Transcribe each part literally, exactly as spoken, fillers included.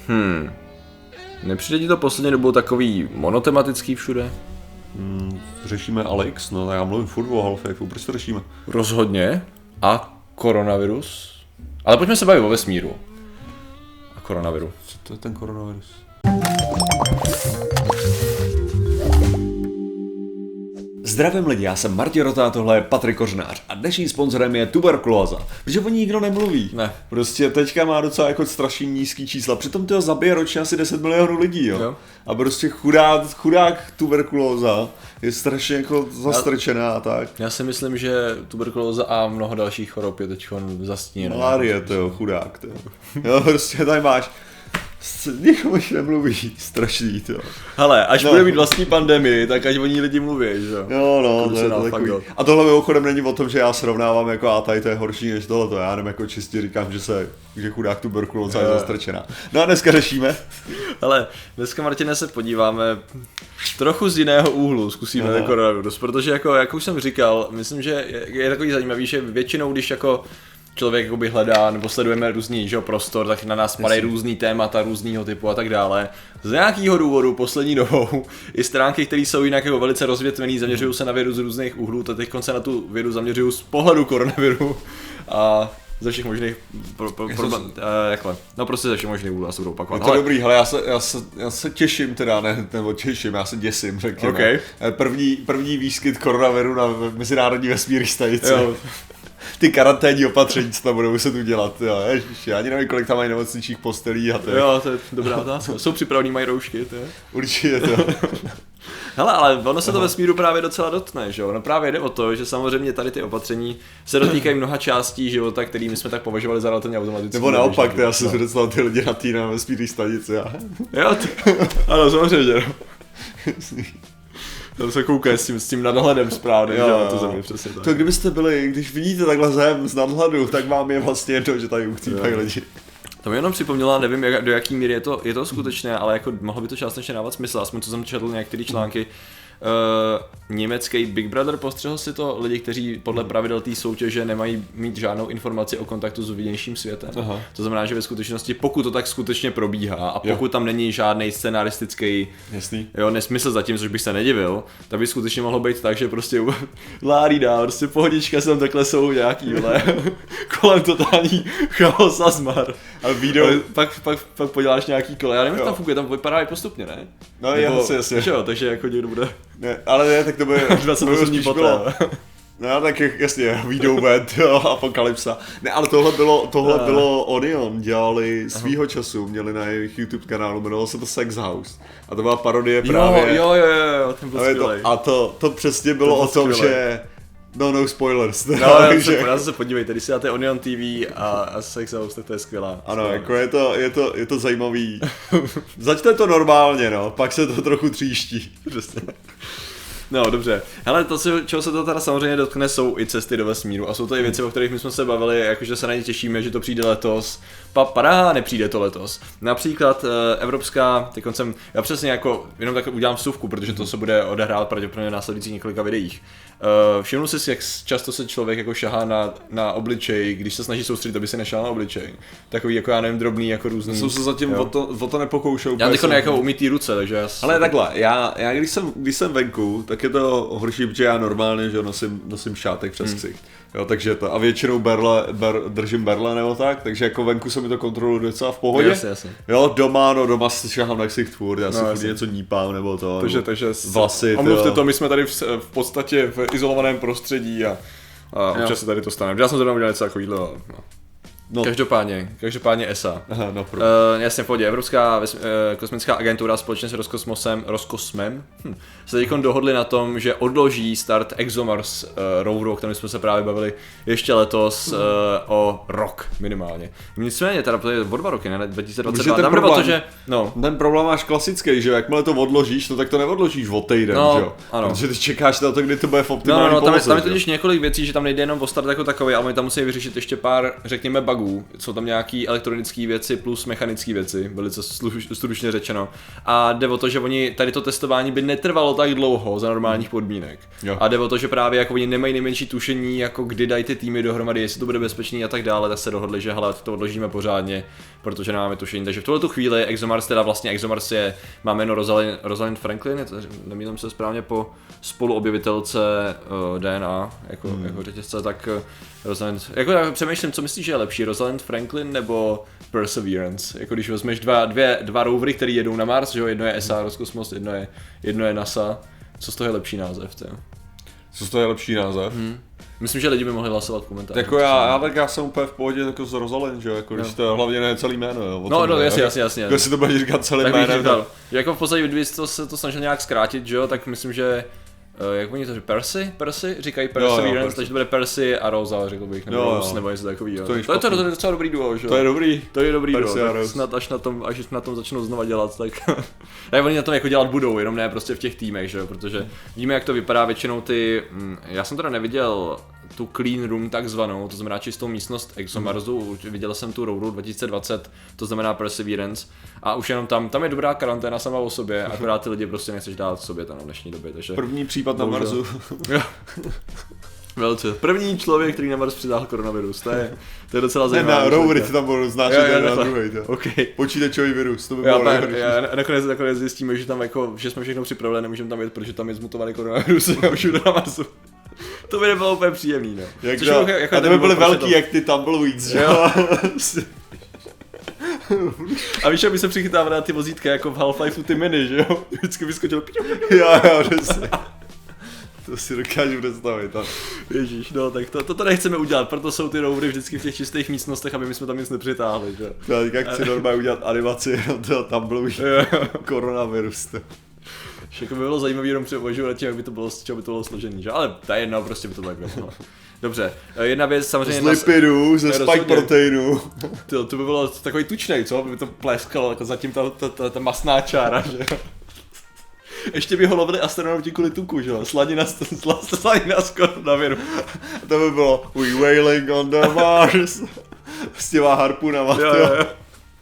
Hmm. Nepřijde ti to poslední dobou takový monotematický všude? Hmm, řešíme Alex, no já mluvím furt o Half-Lifeu, proč to řešíme? Rozhodně. A koronavirus? Ale pojďme se bavit o vesmíru. A koronaviru. Co to je ten koronavirus? Zdravím lidi, já jsem Martin Rota, tohle je Patrik Kořenář a dnešním sponzorem je tuberkulóza, protože o ní nikdo nemluví. Ne. Prostě teďka má docela jako strašně nízký čísla, přitom toho zabije ročně asi deset milionů lidí, jo. jo. A prostě chudák, chudák tuberkulóza je strašně jako zastrčená a tak. Já si myslím, že tuberkulóza a mnoho dalších chorob je teď zastíněno. Malárie, to jo, chudák, to jo. Jo, prostě tady máš. Nikomu už nemluví, strašný to. Hele, až no. bude mít vlastní pandemii, tak ať o ní lidi mluví, že jo? Jo, no, to je to takový. A tohle mimochodem není o tom, že já srovnávám jako a tady to je horší než tohleto, já jenom jako čistě říkám, že se, že chudák tuberkulóza je zastrčená. No a dneska řešíme. Hele, dneska Martine se podíváme trochu z jiného úhlu, zkusíme ten koronavirus, protože jako, jak už jsem říkal, myslím, že je, je takový zajímavý, že většinou, když jako člověk jakoby hledá, nebo sledujeme různý že, prostor, tak na nás padají různý témata, různýho typu a tak dále. Z nějakého důvodu poslední dobou i stránky, které jsou jinak jako velice rozvětvený, zaměřují se na vědu z různých úhlů, tak teď se na tu vědu zaměřují z pohledu koronaviru a ze všech možných pro, pro, problém, jakhle. No prostě ze všech možných úhlů, já se budu opakovat. Je to ale... dobrý, hele, já se, já, se, já se těším teda, ne, nebo těším, já se děsím, řekněme. Okay. První, první výskyt koronaviru na mezinárodní vesmírné stanici. Ty karanténní opatření, co tam budou muset udělat, jo, ježiši, já ani nevím, kolik tam mají nemocničních postelí a to je. Jo, to je dobrá otázka. Jsou připravení, mají roušky, to je. Určitě to. Hele, ale ono se to vesmíru právě docela dotkne, že jo? No právě jde o to, že samozřejmě tady ty opatření se dotýkají mnoha částí života, který my jsme tak považovali za relativně automatické. Nebo naopak, já si představil ty lidi na té vesmírné stanici, já. Jo, to... ano, samozřejmě, no. Tam se kouká s tím, s tím nadhledem správně, jo, jo, to zemi, přesně tak. To kdybyste byli, když vidíte takhle zem z nadhledu, tak vám je vlastně jedno, že tady uchcípají lidi. To mi jenom připomněla, nevím jak, do jaký míry je to, je to skutečné, ale jako mohlo by to částečně dávat smysl, aspoň co jsem četl některé články. Uh, německý Big Brother postřehl si to lidi, kteří podle pravidel té soutěže nemají mít žádnou informaci o kontaktu s vnějším světem. Aha. To znamená, že ve skutečnosti, pokud to tak skutečně probíhá a pokud jo. tam není žádný scenaristický jo, nesmysl zatím, což bych se nedivil, tak by skutečně mohlo být tak, že prostě ládí dál, prostě pohodička se tam takhle jsou nějaký, vle, kolem totální chaos a zmar. A video, pak, pak, pak poděláš nějaký kole, já nevím, jak tam funguje, tam vypadá i postupně, ne? No Nebo, jasně, jasně. Jo, takže jako někdo bude... Ne, ale ne, tak to bude dvacet osm dní poté. No tak jasně, výjdou ven, apokalypsa. Ne, ale tohle bylo, tohle uh. bylo Onion, dělali svýho času, měli na jejich YouTube kanálu, jmenovalo se to Sex House. A to byla parodie právě. Jo, jo, jo, jo, ten byl skvělej. A to, to přesně bylo o tom, skvělej. Že... No, no spoilers. No, já se, já se podívejte, když si dáte Onion T V a, a Sex House, tak to je skvělá. Ano, jako je to, je to, je to zajímavý. Začne to normálně, no, pak se to trochu tříští. Přesně. No, dobře. Hele, to, čeho se to teda samozřejmě dotkne, jsou i cesty do vesmíru a jsou to i věci, o kterých my jsme se bavili, jakože se na ně těšíme, že to přijde letos. Pa, padá, nepřijde to letos. Například e, evropská, teď jsem, já přesně jako, jenom tak udělám vsuvku, protože to se bude odehrát pravděpodobně v následujících několika videích. E, všimnu si, jak často se člověk jako šahá na, na obličej, když se snaží soustředit, aby se nešel na obličej. Takový jako já nevím, drobný, jako různý. Jsem se zatím o to, o to nepokoušel. Já teď jako umytý ruce, takže já... Ale takhle, já, já když, jsem, když jsem venku, tak je to horší, protože já normálně, že nosím, nosím šátek přes hmm. ksicht. Jo, takže to, a většinou berle, ber, držím berle nebo tak, takže jako venku se mi to kontroluje docela v pohodě. Jasně, jasně. Jo, doma, no doma si šahám na ksicht furt, já si no, furt něco nípám nebo to. Takže, nebo takže vlasy. A mluvte to, my jsme tady v, v podstatě v izolovaném prostředí a, a občas se tady to stane. Já jsem zrovna udělal něco takovýhle, no. No. Každopádně, každopádně E S A. Aha, no, uh, jasně v pohodě. Evropská uh, kosmická agentura společně s Roskosmosem, Roskosmem hm, se teď dohodli na tom, že odloží start ExoMars uh, roveru, o kterém jsme se právě bavili ještě letos uh, o rok minimálně. Nicméně teda to je o dva roky, ne? dva tisíce dvacet dva. Ten problém, problém, to, že, no. ten problém máš klasický, že jakmile to odložíš, no tak to neodložíš o týden, no, že jo? Ano. Protože ty čekáš na to, kdy to bude v optimální no, no, no, poloze. Tam je, tam je totiž několik věcí, že tam nejde jenom o start jako takový, ale my tam musí vyřešit ještě pár, řekněme, bugů. pubů, jsou tam nějaký elektronické věci plus mechanické věci, velice sluš- stručně řečeno. A jde o to, že oni tady to testování by netrvalo tak dlouho za normálních podmínek. Jo. A jde o to, že právě jako oni nemají nejmenší tušení, jako kdy dají ty týmy dohromady, jestli to bude bezpečný a tak dále, tak se dohodli, že hele, to odložíme pořádně, protože nemáme tušení. Takže v tuhle chvíli ExoMars, teda vlastně ExoMars je, má jméno Rosalind, Rosalind Franklin, je to, nemýlím se správně, po spoluobjevitelce uh, D N A, jako, hmm. jako řetězce, tak uh, Rosalind, jako já přemýšlím, co myslíš, že je lepší, Rosalind Franklin nebo Perseverance, jako když vezmeš dva, dvě, dva rovery, který jedou na Mars, že jo, jedno je E S A, Roskosmos, jedno je, jedno je NASA, co z toho je lepší název, tě? Co z toho je lepší název? Hmm. Myslím, že lidi by mohli hlasovat v komentářích. Jako já, já, tak já jsem úplně v pohodě jako z Rosalind, že jo, jako když to hlavně ne celý jméno, jo. No, no, jasně, jasně, jasně. Jako si to budeš říkat celým jménem. Tak jako v podstatě, kdyby to se to snažil nějak zkrátit, že jo, tak myslím, že Uh, jak oni to říkají, Percy? Percy? Říkají Perseverance, takže to bude Percy a Rosa, řekl bych, nebo jo, Rose, nebo něco takového. To, to, to, to je docela dobrý duo, že? To je dobrý. To je dobrý Percy duo, tak snad až na tom, až na tom začnou znova dělat, tak... tak oni na tom jako dělat budou, jenom ne prostě v těch týmech, že jo, protože víme, jak to vypadá většinou ty... Hm, já jsem teda neviděl tu clean room takzvanou, to znamená čistou místnost ExoMarsu, mm. viděl jsem tu Rouru dva tisíce dvacet, to znamená Perseverance, a už jenom tam, tam je dobrá karanténa sama o sobě, akorát ty lidi prostě nechceš dát sobě tam v dnešní době, takže... První případ na Marsu. Velce. První člověk, který na Mars přitáhl koronavirus, to je, to je docela zajímavé. Ne, na Rovery ty tam budou značit, na druhý, to. Okay. Počítačový virus, to by bylo nejhorší. Nakonec, nakonec zjistíme, že tam jako, že jsme všechno připravili, nemůžeme tam jet, protože tam je zmutovaný koronavirus a už jde na Marsu. To by nebylo úplně příjemný, no. Jak Což to, jako, a to by byly velký, jak ty tumbleweeds, že jo? A víš, aby se přichytávali na ty vozítka jako v Half-Lifeu ty miny, že jo? Vždycky vyskočil. Jo, jo, přesně. To si dokážu představit. A... Ježíš, no tak to, to, to nechceme udělat, proto jsou ty rovery vždycky v těch čistých místnostech, aby my jsme tam nic nepřitáhli, že? Já tak chci normálně udělat animaci na toho tumbleweed koronavirus. Všechno by bylo zajímavé, jenom převožu na tím, jak by to bylo, z čeho by to bylo složený, že? Ale to je jedno, prostě by to bylo no. Dobře, jedna věc samozřejmě... Z lipidů, ze spike proteinu. To, to by bylo takový tučnej, co? By to pleskalo, jako zatím ta, ta, ta, ta masná čára, že jo? Ještě by ho lovili astronauti kvůli tuku, že jo? Sladina, sladina z koronaviru. To by bylo We wailing on the Mars. S těma harpunama. Jo, jo, jo.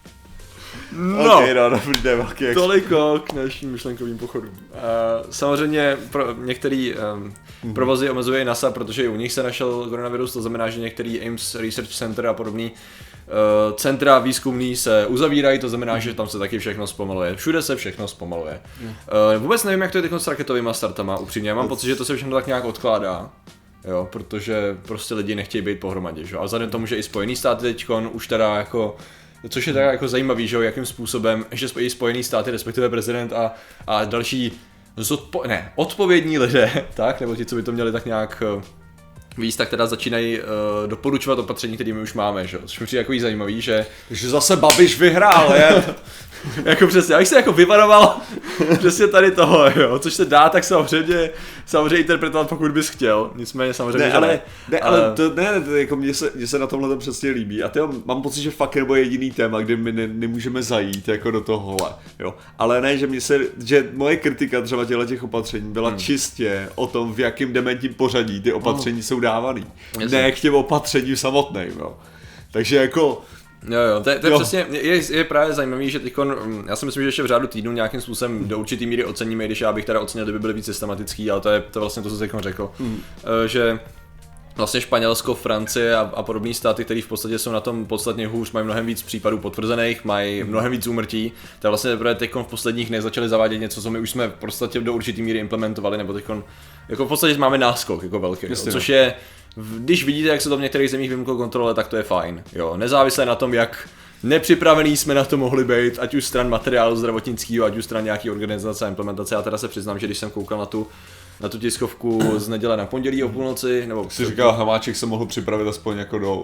No, okay, no, dobrý den, velký toliko k našim myšlenkovým pochodům. Uh, samozřejmě pro některý um, mm-hmm. provozy omezuje NASA, protože i u nich se našel koronavirus, to znamená, že některý Ames Research Center a podobný uh, centra výzkumný se uzavírají, to znamená, mm-hmm. že tam se taky všechno zpomaluje. Všude se všechno zpomaluje. Mm. Uh, vůbec nevím, jak to je teď s raketovýma startama, upřímně. Já mám pocit, že to se všechno tak nějak odkládá. Jo, protože prostě lidi nechtějí být pohromadě, že? A vzhledem tomu, že i Spojený státy teďkon už teda jako což je tak jako zajímavý, že jo, jakým způsobem, že i Spojený státy, respektive prezident a, a další zodpo, ne, odpovědní lidé, tak, nebo ti, co by to měli tak nějak víc, tak teda začínají uh, doporučovat opatření, které my už máme, že jo, což mi přijde jako zajímavý, že... Že zase Babiš vyhrál, je? Jako přesně, já bych se jako vyvaroval přesně tady toho, jo, což se dá tak samozřejmě, samozřejmě interpretovat, pokud bys chtěl, nicméně samozřejmě, ne, že ale, ne. ne, ale to, ne, to, jako mně se, mně se na tomhle to přesně líbí a tyjo, mám pocit, že fakt nebo je jediný téma, kde my ne, nemůžeme zajít jako do tohohle, jo, ale ne, že mě se, že moje kritika třeba těchto těch opatření byla hmm. čistě o tom, v jakým dementním pořadí ty opatření oh. jsou dávaný, Jasně. ne k těm opatřením samotným, jo, takže jako... Jo, jo, to je, to je přesně, je, je právě zajímavý, že teďkon, já si myslím, že ještě v řádu týdnu nějakým způsobem do určitý míry oceníme, když já bych teda ocenil, kdyby byly víc systematický, ale to je to vlastně to, co teďkon řekl, mm. že vlastně Španělsko, Francie a, a podobné státy, které v podstatě jsou na tom podstatně hůř, mají mnohem víc případů potvrzených, mají mnohem víc úmrtí, tak vlastně teprve teďkon v posledních dnech začali zavádět něco, co my už jsme v podstatě do určitý míry implementovali, nebo teďkon, jako v podstatě máme náskok jako velký, jo, což je když vidíte, jak se to v některých zemích vymklo kontrole, tak to je fajn. Jo, nezávisle na tom, jak nepřipravení jsme na to mohli být, ať už stran materiálu zdravotnického, ať už stran nějaký organizace a implementace. Já teda se přiznám, že když jsem koukal na tu, na tu tiskovku z neděle na pondělí o půlnoci, nebo... Jsi říkal, Hamáček se mohl připravit aspoň jako dolů.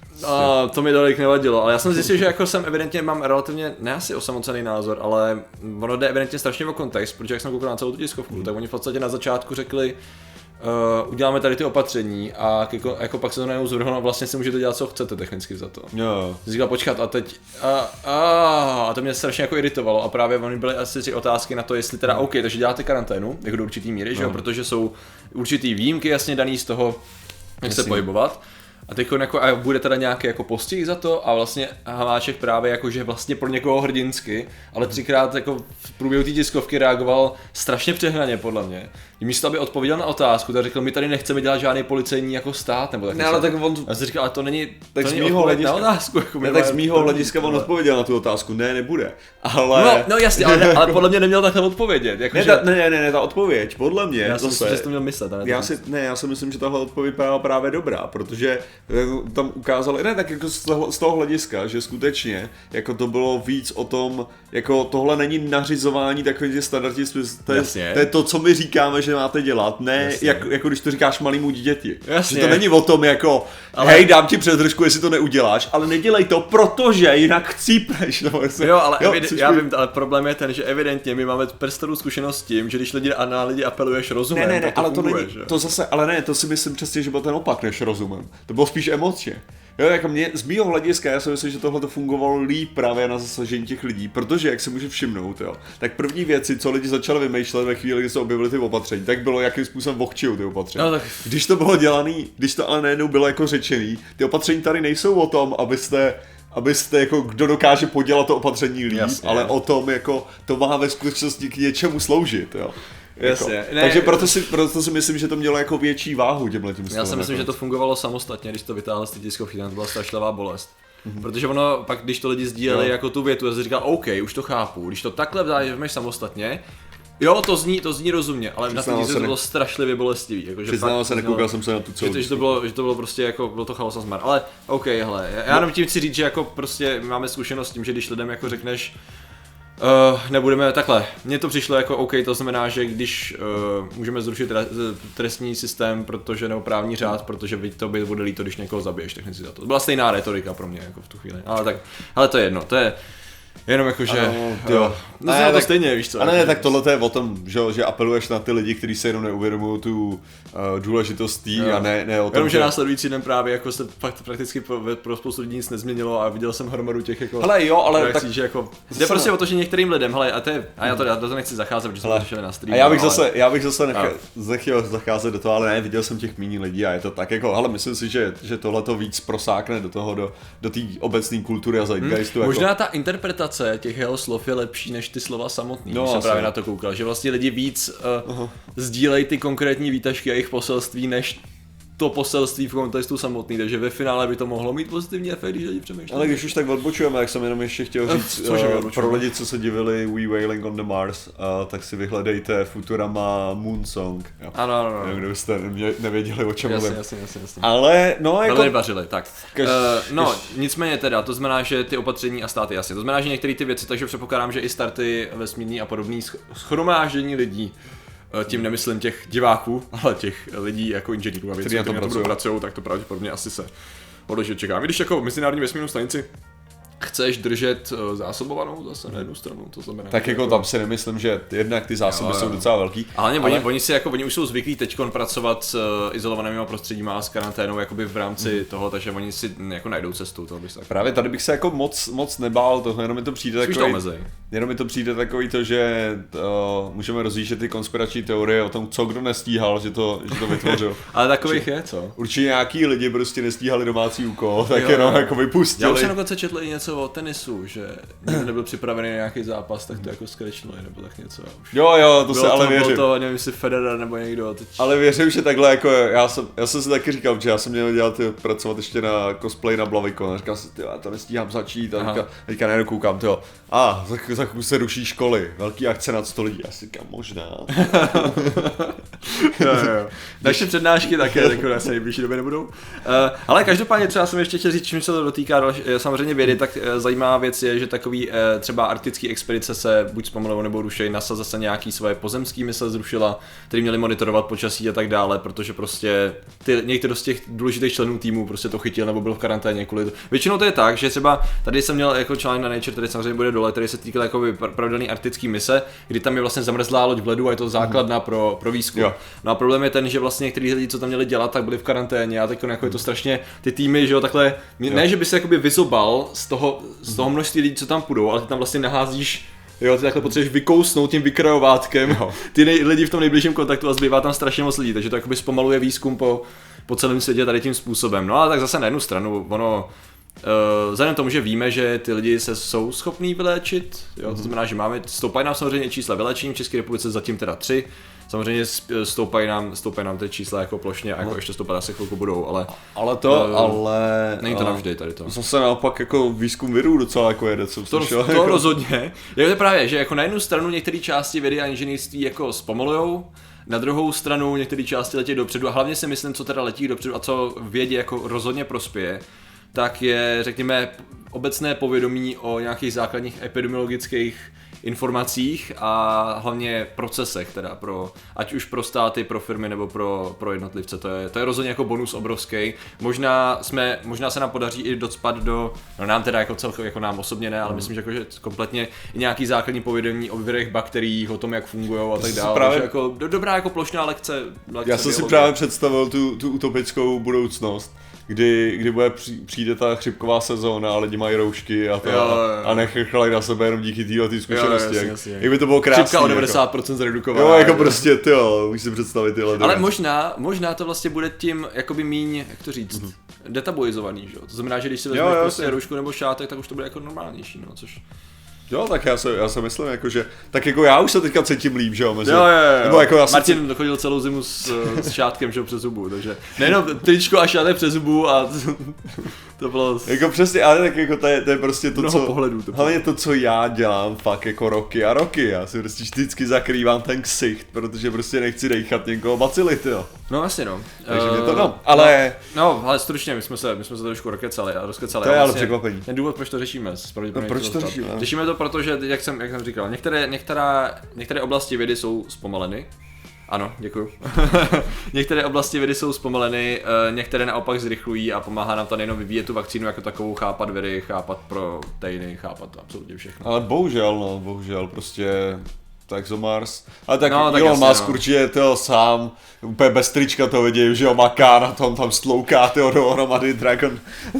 A to mi tolik nevadilo, ale já jsem zjistil, že jako jsem evidentně mám relativně, ne asi osamocený názor, ale ono jde evidentně strašně o kontext, protože jak jsem koukal na celou tu tiskovku, hmm. tak oni v podstatě na začátku řekli, Uh, uděláme tady ty opatření a jako, jako pak se to najednou zvrhlo, no vlastně si můžete dělat, co chcete technicky za to. Jo. Říkal, počkat a teď, a, a, a to mě strašně jako iritovalo a právě oni byly asi tři otázky na to, jestli teda OK, takže děláte karanténu, jako do určitý míry, no. že jo, protože jsou určitý výjimky jasně daný z toho, jak jasně. se pohybovat. A teď jako, a bude teda nějaký jako postih za to a vlastně Hamáček právě jako, že vlastně pro někoho hrdinsky, ale třikrát jako v průběhu té tiskovky reagoval strašně přehnaně podle mě. Místo aby odpověděl na otázku, tak řekl, my tady nechceme dělat žádný policejní jako stát nebo tak. Ne, ale tak on... Já si říkal, ale to není, tak to z není mýho hlediska, na otázku. Jako ne, tak z mýho hlediska on odpověděl na tu otázku, ne, nebude. Ale... No, no jasně, ale, ne, ale podle mě neměl takhle odpovědět. Jako, ne, že... ta, ne, ne, ne, ta odpověď, podle mě. Já si myslím, že jsi to měl myslet. Ne, já si, ne, já si myslím, že tahle odpověď byla právě dobrá, protože tam ukázali, ne, tak jako z toho, z toho hlediska, že skutečně, jako to bylo víc o tom, jako tohle není nařizování takových standardních, to, to je to, co my říkáme, že máte dělat, ne jak, jako když to říkáš malému dítěti. Jasně. Že to není o tom jako, ale... hej, dám ti přes držku, jestli to neuděláš, ale nedělej to, protože jinak chcípneš. No, se... Jo, ale jo, evide- já vím, ale problém je ten, že evidentně my máme prstovou zkušenost s tím, že když lidi a na lidi apeluješ rozumem, ne, ne, ne, to ale funguje, to není, že? to zase, ale ne, to si myslím přesně, že byl ten opak než rozumem. To bylo spíš emočně. Jo, jako mě, z mýho hlediska, já si myslím, že tohle to fungovalo líp právě na zasažení těch lidí, protože, jak se může všimnout, jo, tak první věci, co lidi začali vymýšlet ve chvíli, kdy se objevily ty opatření, tak bylo, jakým způsobem vohčijou ty opatření. No, tak... Když to bylo dělaný, když to ale najednou bylo jako řečený, ty opatření tady nejsou o tom, abyste abyste jako, kdo dokáže podělat to opatření líp, jasně, ale o tom, jako, to má ve skutečnosti k něčemu sloužit, jo. Jasně. Jako. Ne, takže proto si, proto si myslím, že to mělo jako větší váhu těmhletím stylem. Já si myslím, že to fungovalo samostatně, když to vytáhl z té tiskovky, to byla strašlivá bolest. Mm-hmm. Protože ono, pak když to lidi sdíleli no. jako tu větu, já si říkal, OK, už to chápu, když to takhle vdáš samostatně, jo, to zní, to zní rozumně, ale na to bylo strašlivě bolestivý. Jako, Přiznal se, nekoukal jsem se na tu celou. Že, že, to bylo, že to bylo prostě jako, bylo to chaos a zmar, ale OK, hele, já jenom tím chci říct, že jako prostě máme zkušenost s tím, že když lidem jako řekneš, Uh, nebudeme takhle. Mně to přišlo jako OK, to znamená, že když uh, můžeme zrušit trestní systém, protože nebo právní řád, protože to by bude líto, když někoho zabiješ, tak si za to. To byla stejná retorika pro mě jako v tu chvíli. Ale tak, ale to je jedno, to je jenom jako, že ano, jo. No ne, to tak, stejně, víš co. Ale ne, tak tohle to je o tom, že, že apeluješ na ty lidi, kteří se jenom neuvědomují tu uh, důležitost tý a ne, ne o tom, jenom, že následující den právě jako se fakt prakticky pro, pro spoustu lidí nic nezměnilo a viděl jsem hromadu těch jako hele, jo, ale reakcí, tak, že jako jde prostě ne. o to, že některým lidem, hele, a to je, a já to, já to nechci zacházet, protože jsme to řešili na streamu. A já bych ale... zase, já bych zase nechtěl, nechtěl zacházet do toho, ale ne, viděl jsem těch méně lidí a je to tak jako, ale myslím si, že, že tohle to víc prosákne do toho, do, do té obecné kultury a zeitgeistu. Hmm. Možná jako... ta interpretace těch jeho slov je lepší než ty slova samotný. No, jsem právě na to koukal, že vlastně lidi víc uh, uh-huh. sdílejí ty konkrétní výtažky a jejich poselství, než to poselství v kontextu samotný, takže ve finále by to mohlo mít pozitivní efekt, když lidi přemýšlí. Ale když už tak odbočujeme, jak jsem jenom ještě chtěl říct, uh, pro lidi, co se divili We Wailing on the Mars, uh, tak si vyhledejte Futurama Moon Song. Jo. Ano, ano, ano. Kdybyste jste nevěděli, o čem mluvím. Jasně, jasně, jasně. Ale, no jako... Nevařili, tak. Kaž, uh, no, kaž... nicméně teda, to znamená, že ty opatření a státy, jasně, to znamená, že některé ty věci, takže předpokládám, že i starty vesmírný a podobný schromáždění lidí, tím nemyslím těch diváků, ale těch lidí jako inženýrů a věcí, kteří na tom pracují, tak to pravděpodobně asi se odložit čekám. I když jako mezinárodní vesmírnou stanici chceš držet uh, zásobovanou zase na jednu stranu, to znamená. Tak jako tam si nemyslím, že jednak ty zásoby jo, jo. jsou docela velký. Ale, ale... Oni, oni si jako, oni už jsou zvyklí teďkon pracovat s uh, izolovanými prostředími a s karanténou jakoby v rámci mm. toho, takže oni si jako najdou cestu, to bych tak. Právě tady bych se jako moc, moc nebál, toho jenom mi to přijde Spíš takový. To jenom mi to přijde takový to, že uh, můžeme rozjíždět ty konspirační teorie o tom, co kdo nestíhal, že to, že to vytvořil. Ale takových je, co? Určitě nějaký lidi prostě nestíhali domácí úkol, tak jo, jenom jako vypustili. Já už jsem dokonce četl i něco o tenisu, že nikdo nebyl připravený na nějaký zápas, tak to jako skrečnuli nebo tak něco. Už. Jo, jo, to bylo se ale to, věřím. To, nevím, jestli Federer nebo někdo. Teď... Ale věřím, že takhle jako, já jsem, já jsem si taky říkal, že já jsem měl dělat, pracovat ještě na cosplay na Blaviko, a říkal jsem, tyjo, já to nestíhám začít, a teďka, teďka nedokoukám, tyjo, a za, za chvíli se ruší školy, velký akce na sto lidí, já si říkám, možná. jo, jo. Naše přednášky také jako se nejbližší době nebudou. Uh, ale každopádně třeba jsem ještě chtěl říct, čím se to dotýká samozřejmě vědy, tak uh, zajímavá věc je, že takový uh, třeba arktický expedice se buď zpomalou nebo rušej, NASA zase nějaký svoje pozemský mise zrušila, který měli monitorovat počasí a tak dále, protože prostě ty, některý z těch důležitých členů týmu prostě to chytil nebo byl v karanténě kvůli to. Většinou to je tak, že třeba tady jsem měl jako článek na Nature, tady samozřejmě bude dole, který se týkal jako pravidelný arktický mise, kdy tam je vlastně zamrzlá loď v ledu a je to základna mm. pro, pro výzkum. Jo. No a problém je ten, že vlastně některý lidi, co tam měli dělat, tak byli v karanténě a teď jako je to strašně ty týmy, že jo, takhle, jo. Ne, že by se jakoby vyzobal z toho, z toho množství lidí, co tam půjdou, ale ty tam vlastně naházíš. Jo, ty takhle potřebuješ vykousnout tím vykrajovátkem ty nej, lidi v tom nejbližším kontaktu a zbývá tam strašně moc lidí, takže to jakoby zpomaluje výzkum po po celém světě tady tím způsobem. No ale tak zase na jednu stranu, ono, uh, vzhledem tomu, že víme, že ty lidi se jsou schopní vyléčit, jo, to znamená, že máme, stoupají nám samozřejmě čísla vyléčení, v České republice zatím teda tři, samozřejmě stoupají nám, stoupají nám ty čísla jako plošně a jako no. ještě stoupat asi chvilku budou, ale... Ale to, uh, ale... Není to navždy tady to. Zase naopak jako výzkum virů docela jako jede, co to, to jako... rozhodně. Je to právě, že jako na jednu stranu některé části vědy a inženýrství jako zpomalujou, na druhou stranu některé části letí dopředu a hlavně si myslím, co teda letí dopředu a co vědě jako rozhodně prospěje, tak je, řekněme, obecné povědomí o nějakých základních epidemiologických informacích a hlavně procesech, teda pro, ať už pro státy, pro firmy nebo pro, pro jednotlivce. To je, to je rozhodně jako bonus obrovský. Možná, jsme, možná se nám podaří i docpat do, no nám teda jako celkově, jako nám osobně ne, ale hmm. myslím, že, jako, že kompletně i nějaký základní povědomí o virech, bakteriích, o tom, jak fungují a tak dále. Právě... Jako, do, dobrá jako plošná lekce. lekce Já jsem biologie. Si právě představil tu, tu utopickou budoucnost. Kdy, kdy bude přijde ta chřipková sezóna a lidi mají roušky a, to, jo, jo. a nechrchlají na sebe jenom díky této zkušenosti. Jo, jasně, jak, jak by to bylo krásné. Chřipka o devadesát procent jako. Zredukovaná. Jo, jako prostě, tyjo, můžeš si představit tyhle. Ale možná, možná to vlastně bude tím, jakoby míň, jak to říct, mm-hmm. detabuizovaný, že jo? To znamená, že když si vezmeš prostě roušku nebo šátek, tak už to bude jako normálnější, no, což... Jo, tak já se, já se myslím, jako, že tak jako já už se teďka cítím líp, že jo, mezi, jo, jo, jo. Nebo jako já Martin jsem... dochodil celou zimu s, s šátkem, že jo, přes zubu, takže nejenom tričko a šátek přes zubu a to bylo... Jako přesně, ale tak jako to je, to je prostě to, co... pohledů, to hlavně to, co já dělám fakt jako roky a roky, já si prostě vždycky zakrývám ten ksicht, protože prostě nechci dejchat někoho bacilit, jo. No vlastně no. Takže uh, mě to dám, ale... No, no, ale stručně, my jsme se, my jsme se trošku rozkecali a rozkecali. To je ale vlastně překvapení. Ten důvod, proč to řešíme, no, proč to řešíme? Řešíme to proto, že, jak jsem, jak jsem říkal, některé, některá, některé oblasti vědy jsou zpomaleny. Ano, děkuju. Některé oblasti vědy jsou zpomaleny, některé naopak zrychlují a pomáhá nám to nejenom vyvíjet tu vakcínu jako takovou, chápat viry, chápat proteiny, chápat absolutně všechno. Ale bohužel, no, bohužel, prostě to ExoMars. Ale tak no, Elon Musk no. určitě to sám, úplně bez trička to vidím, že ho maká na tom, tam slouká toho dohromady Dragon,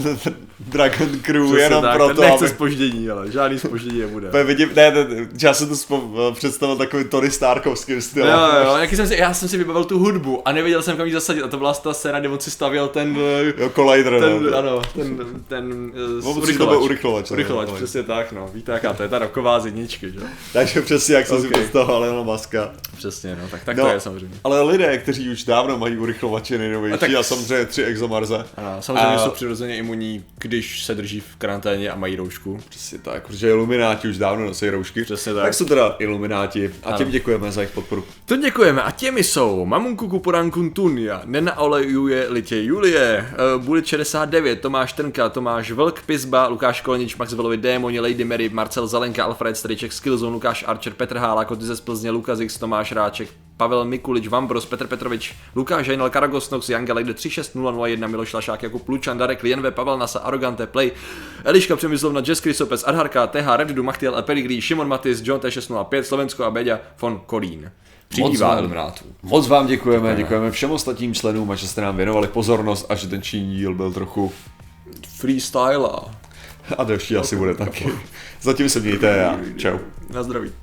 Dragon Crew, přesně jenom tak, proto, nechce aby... zpoždění, ale žádný zpoždění nebude. Vidím, ne, ne, já jsem to spo, představil takový Tony Starkovský styl. Jo, jo, jaký jsem si, já jsem si vybavil tu hudbu a nevěděl jsem, kam ji zasadit a to byla ta scéna, kde on si stavěl ten... Jo, Collider, ten, no. Ano, ten, ten uh, urychlovač. Urychlovač, urychlovač, přesně tak, no, víte jaká to je ta roková zedničky, že? Takže přesně, jak jsem okay. si představoval Elon Muska. Přesně, no, tak, tak no, to je samozřejmě. Ale lidé, kteří už dávno mají urychlovače nejnovější a, tak... a samozřejmě tři ExoMarse. Ano, samozřejmě a... jsou přirozeně imunní, když se drží v karanténě a mají roušku. Přesně tak, protože Ilumináti už dávno nosí roušky. Přesně tak. Tak jsou teda Ilumináti a těm děkujeme za jejich podporu. To děkujeme a těmi jsou Mamunku Kuporan Kuntunia, Nenaolejuje Litě Julie, Bulit šedesát devět, Tomáš Trnka, Tomáš Vlk, Pizba, Lukáš Kolnič, Max Velovi Démoni, Lady Mary, Marcel Zalenka, Alfred Striček, Skillzone, Lukáš Archer, Petr Hála, Koty z Plzně, Lukas X, Tomáš Ráček, Pavel Mikulič, Vambros, Petr Petrovič, Lukáš Hejnal, Karagosnox, Janga Lejde tři šest nula nula jedna, Miloš Lašák, Jakub Lučan, Darek Lienve, Pavel Nasa, Arrogante Play, Eliška Přemyslovna, Jess Krysopes, Adharka, T H, Reddu, Machtiel, Epeligree, Šimon Matis, John T šest nula pět, Slovensko a Beďa von Kolín. Přibývá eliminátů. Moc vám děkujeme, děkujeme, děkujeme všem ostatním členům a že jste nám věnovali pozornost a že ten číní díl byl trochu freestyle. A další asi bude taky. Zatím se mějte a čau. Na zdraví.